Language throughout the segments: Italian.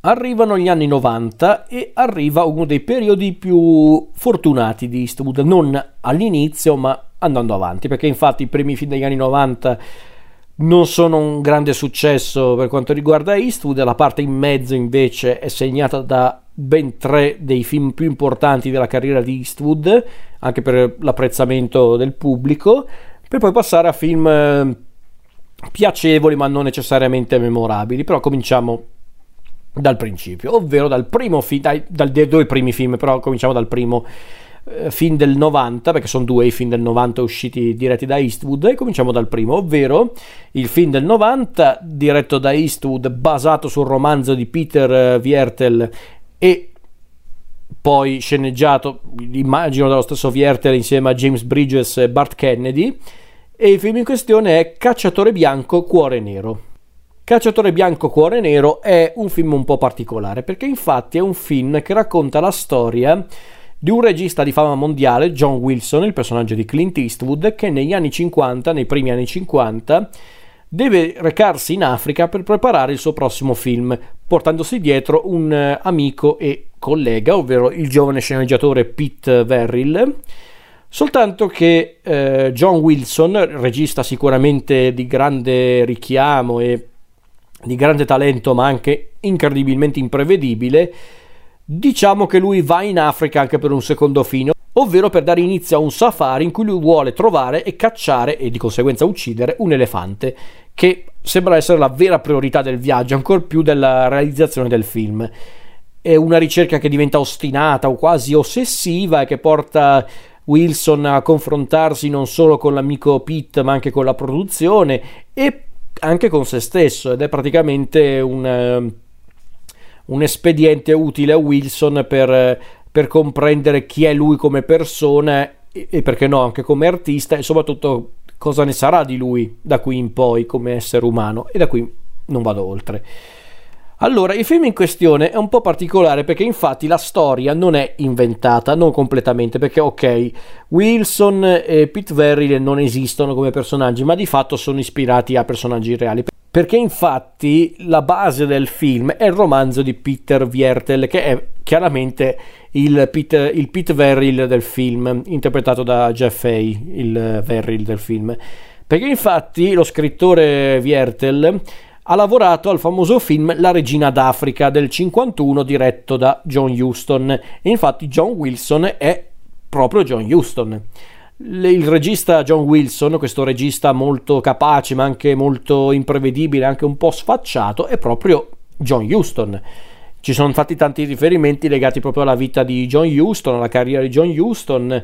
Arrivano gli anni 90 e arriva uno dei periodi più fortunati di Eastwood, non all'inizio ma andando avanti, perché infatti i primi film degli anni 90 non sono un grande successo per quanto riguarda Eastwood, la parte in mezzo invece è segnata da ben 3 dei film più importanti della carriera di Eastwood, anche per l'apprezzamento del pubblico, per poi passare a film piacevoli ma non necessariamente memorabili. Però cominciamo dal principio, ovvero dal primo film, dai 2 primi film, però cominciamo dal primo film del 90, perché sono 2 i film del 90 usciti diretti da Eastwood, e cominciamo dal primo, ovvero il film del 90 diretto da Eastwood, basato sul romanzo di Peter Viertel e poi sceneggiato, immagino, dallo stesso Viertel insieme a James Bridges e Bart Kennedy, e il film in questione è Cacciatore bianco cuore nero. Cacciatore bianco cuore nero è un film un po' particolare, perché infatti è un film che racconta la storia di un regista di fama mondiale, John Wilson, il personaggio di Clint Eastwood, che negli anni 50, nei primi anni 50, deve recarsi in Africa per preparare il suo prossimo film, portandosi dietro un amico e collega, ovvero il giovane sceneggiatore Pete Verrill. Soltanto che John Wilson, regista sicuramente di grande richiamo e di grande talento, ma anche incredibilmente imprevedibile, diciamo che lui va in Africa anche per un secondo fine, ovvero per dare inizio a un safari in cui lui vuole trovare e cacciare e di conseguenza uccidere un elefante, che sembra essere la vera priorità del viaggio, ancor più della realizzazione del film. È una ricerca che diventa ostinata o quasi ossessiva e che porta Wilson a confrontarsi non solo con l'amico Pete ma anche con la produzione e anche con se stesso, ed è praticamente un espediente utile a Wilson per comprendere chi è lui come persona e perché no anche come artista, e soprattutto cosa ne sarà di lui da qui in poi come essere umano, e da qui non vado oltre. Allora, il film in questione è un po' particolare perché infatti la storia non è inventata, non completamente, perché ok, Wilson e Pete Verrill non esistono come personaggi, ma di fatto sono ispirati a personaggi reali, perché infatti la base del film è il romanzo di Peter Viertel, che è chiaramente il Pete Verrill del film, interpretato da Jeff Fahey, il Verrill del film, perché infatti lo scrittore Viertel ha lavorato al famoso film La Regina d'Africa del 51 diretto da John Huston, e infatti John Wilson è proprio John Huston. Il regista John Wilson, questo regista molto capace ma anche molto imprevedibile, anche un po' sfacciato, è proprio John Huston. Ci sono stati tanti riferimenti legati proprio alla vita di John Huston, alla carriera di John Huston.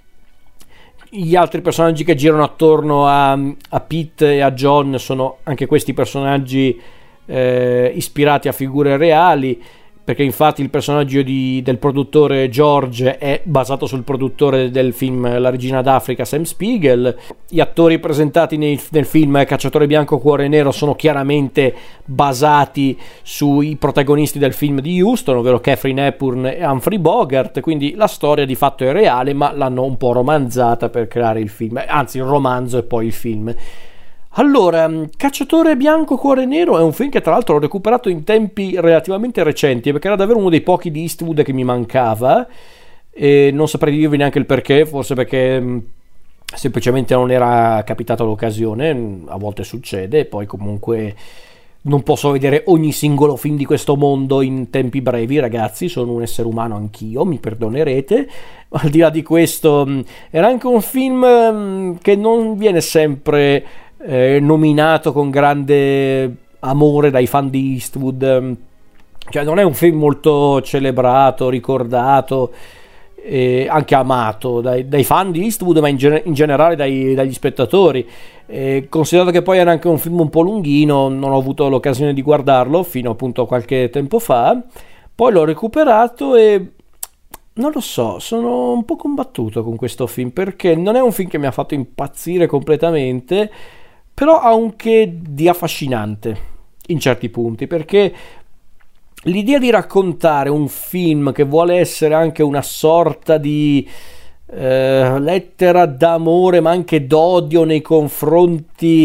Gli altri personaggi che girano attorno a Pete e a John sono anche questi personaggi ispirati a figure reali, perché infatti il personaggio del produttore George è basato sul produttore del film La Regina d'Africa, Sam Spiegel. Gli attori presentati nel film Cacciatore bianco cuore nero sono chiaramente basati sui protagonisti del film di Huston, ovvero Katharine Hepburn e Humphrey Bogart, quindi la storia di fatto è reale ma l'hanno un po' romanzata per creare il film, anzi il romanzo e poi il film. Allora, Cacciatore bianco cuore nero è un film che tra l'altro ho recuperato in tempi relativamente recenti, perché era davvero uno dei pochi di Eastwood che mi mancava e non saprei dirvi neanche il perché, forse perché semplicemente non era capitata l'occasione, a volte succede, e poi comunque non posso vedere ogni singolo film di questo mondo in tempi brevi, ragazzi, sono un essere umano anch'io, mi perdonerete. Al di là di questo era anche un film che non viene sempre nominato con grande amore dai fan di Eastwood, cioè non è un film molto celebrato, ricordato, anche amato dai fan di Eastwood ma in generale dagli spettatori, considerato che poi era anche un film un po' lunghino. Non ho avuto l'occasione di guardarlo fino appunto a qualche tempo fa, poi l'ho recuperato e non lo so, sono un po' combattuto con questo film, perché non è un film che mi ha fatto impazzire completamente, però ha un che di affascinante in certi punti, perché l'idea di raccontare un film che vuole essere anche una sorta di lettera d'amore ma anche d'odio nei confronti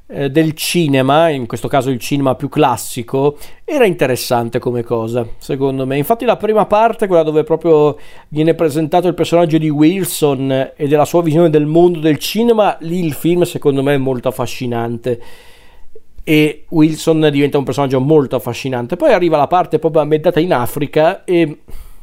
del cinema, in questo caso il cinema più classico, era interessante come cosa, secondo me. Infatti la prima parte, quella dove proprio viene presentato il personaggio di Wilson e della sua visione del mondo del cinema, lì il film secondo me è molto affascinante e Wilson diventa un personaggio molto affascinante. Poi arriva la parte proprio ambientata in Africa e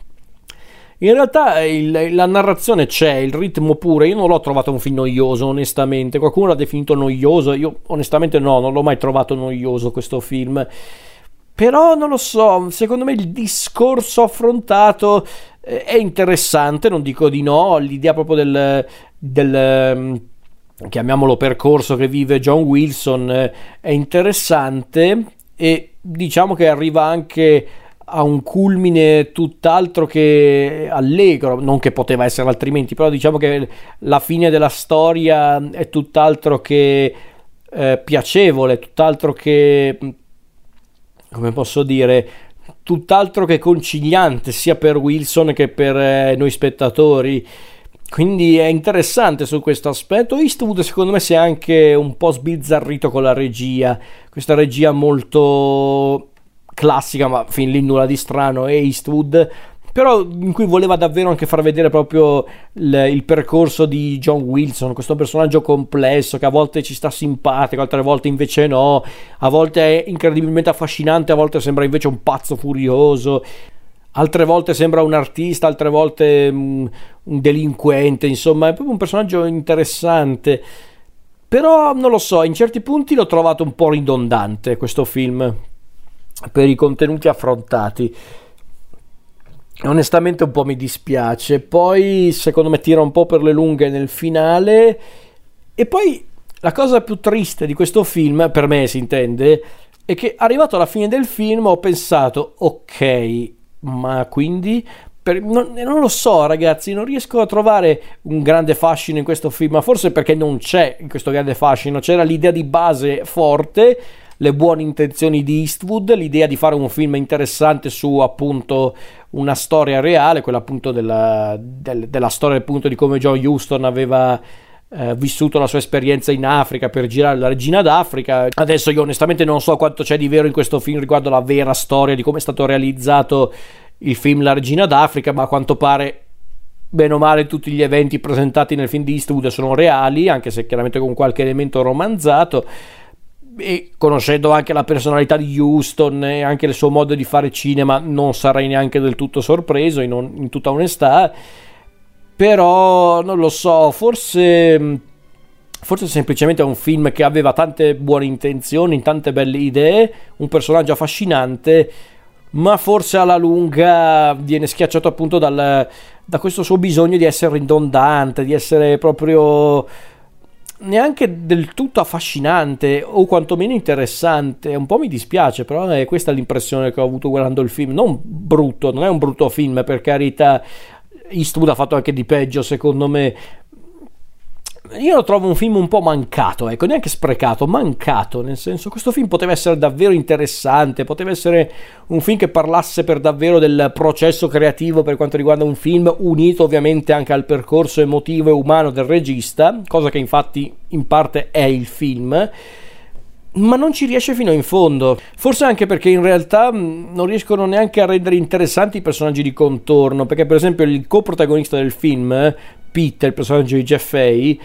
in realtà la narrazione c'è, il ritmo pure. Io non l'ho trovato un film noioso, onestamente. Qualcuno l'ha definito noioso, io onestamente no, non l'ho mai trovato noioso questo film. Però non lo so, secondo me il discorso affrontato è interessante, non dico di no. L'idea proprio del chiamiamolo percorso che vive John Wilson è interessante e diciamo che arriva anche a un culmine tutt'altro che allegro, non che poteva essere altrimenti, però diciamo che la fine della storia è tutt'altro che piacevole, tutt'altro che, come posso dire, tutt'altro che conciliante sia per Wilson che per noi spettatori. Quindi è interessante su questo aspetto. Eastwood secondo me si è anche un po' sbizzarrito con la regia, questa regia molto classica, ma fin lì nulla di strano, è Eastwood, però in cui voleva davvero anche far vedere proprio il percorso di John Wilson, questo personaggio complesso che a volte ci sta simpatico, altre volte invece no, a volte è incredibilmente affascinante, a volte sembra invece un pazzo furioso, altre volte sembra un artista, altre volte un delinquente, insomma è proprio un personaggio interessante. Però non lo so, in certi punti l'ho trovato un po' ridondante questo film per i contenuti affrontati, onestamente un po' mi dispiace. Poi secondo me tira un po' per le lunghe nel finale. E poi la cosa più triste di questo film, per me si intende, è che arrivato alla fine del film ho pensato ok, ma quindi non lo so ragazzi, non riesco a trovare un grande fascino in questo film, ma forse perché non c'è in questo grande fascino, c'era l'idea di base forte, le buone intenzioni di Eastwood, l'idea di fare un film interessante su appunto una storia reale, quella appunto della storia appunto di come John Huston aveva vissuto la sua esperienza in Africa per girare La Regina d'Africa. Adesso io onestamente non so quanto c'è di vero in questo film riguardo la vera storia di come è stato realizzato il film La Regina d'Africa, ma a quanto pare bene o male tutti gli eventi presentati nel film di Eastwood sono reali, anche se chiaramente con qualche elemento romanzato. E conoscendo anche la personalità di Huston e anche il suo modo di fare cinema non sarei neanche del tutto sorpreso in tutta onestà. Però non lo so, forse semplicemente è un film che aveva tante buone intenzioni, tante belle idee, un personaggio affascinante, ma forse alla lunga viene schiacciato appunto da questo suo bisogno di essere ridondante, di essere proprio neanche del tutto affascinante o quantomeno interessante. Un po' mi dispiace, però è questa l'impressione che ho avuto guardando il film. Non brutto, non è un brutto film, per carità, Eastwood ha fatto anche di peggio secondo me. Io lo trovo un film un po' mancato, ecco, neanche sprecato, mancato, nel senso, questo film poteva essere davvero interessante, poteva essere un film che parlasse per davvero del processo creativo per quanto riguarda un film, unito ovviamente anche al percorso emotivo e umano del regista, cosa che infatti in parte è il film, ma non ci riesce fino in fondo, forse anche perché in realtà non riescono neanche a rendere interessanti i personaggi di contorno, perché per esempio il coprotagonista del film, Pete, il personaggio di Jeff Fahey,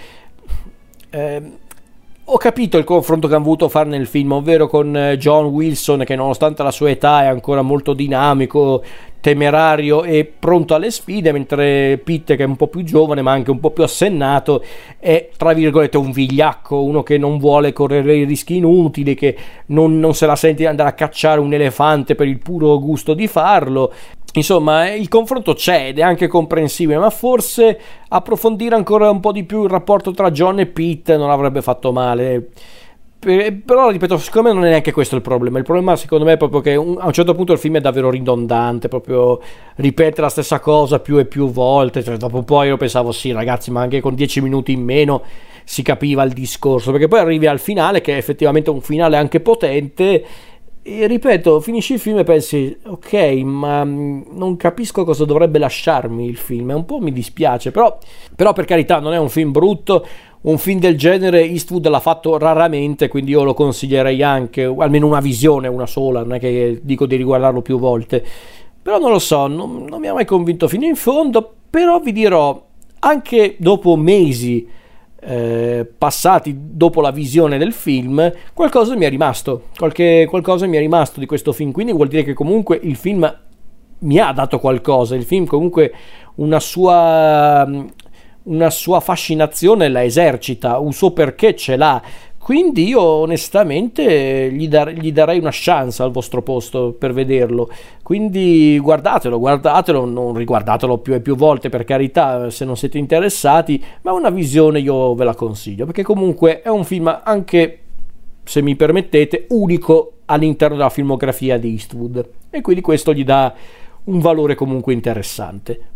ho capito il confronto che hanno voluto fare nel film, ovvero con John Wilson che nonostante la sua età è ancora molto dinamico, temerario e pronto alle sfide, mentre Pete, che è un po' più giovane ma anche un po' più assennato, è tra virgolette un vigliacco, uno che non vuole correre i rischi inutili, che non se la sente di andare a cacciare un elefante per il puro gusto di farlo. Insomma, il confronto c'è ed è anche comprensibile, ma forse approfondire ancora un po' di più il rapporto tra John e Pete non avrebbe fatto male. Però ripeto, secondo me non è neanche questo il problema secondo me è proprio che a un certo punto il film è davvero ridondante, proprio ripete la stessa cosa più e più volte, cioè, dopo un po' io pensavo sì ragazzi, ma anche con 10 minuti in meno si capiva il discorso, perché poi arrivi al finale che è effettivamente un finale anche potente e ripeto, finisci il film e pensi ok, ma non capisco cosa dovrebbe lasciarmi il film, un po' mi dispiace, però per carità non è un film brutto, un film del genere Eastwood l'ha fatto raramente, quindi io lo consiglierei anche, almeno una visione, una sola, non è che dico di riguardarlo più volte, però non lo so, non mi ha mai convinto fino in fondo, però vi dirò, anche dopo mesi passati dopo la visione del film, qualcosa mi è rimasto, qualcosa mi è rimasto di questo film, quindi vuol dire che comunque il film mi ha dato qualcosa, il film comunque una sua fascinazione la esercita, un suo perché ce l'ha, quindi io onestamente gli darei una chance al vostro posto per vederlo, quindi guardatelo, non riguardatelo più e più volte per carità se non siete interessati, ma una visione io ve la consiglio, perché comunque è un film anche, se mi permettete, unico all'interno della filmografia di Eastwood, e quindi questo gli dà un valore comunque interessante.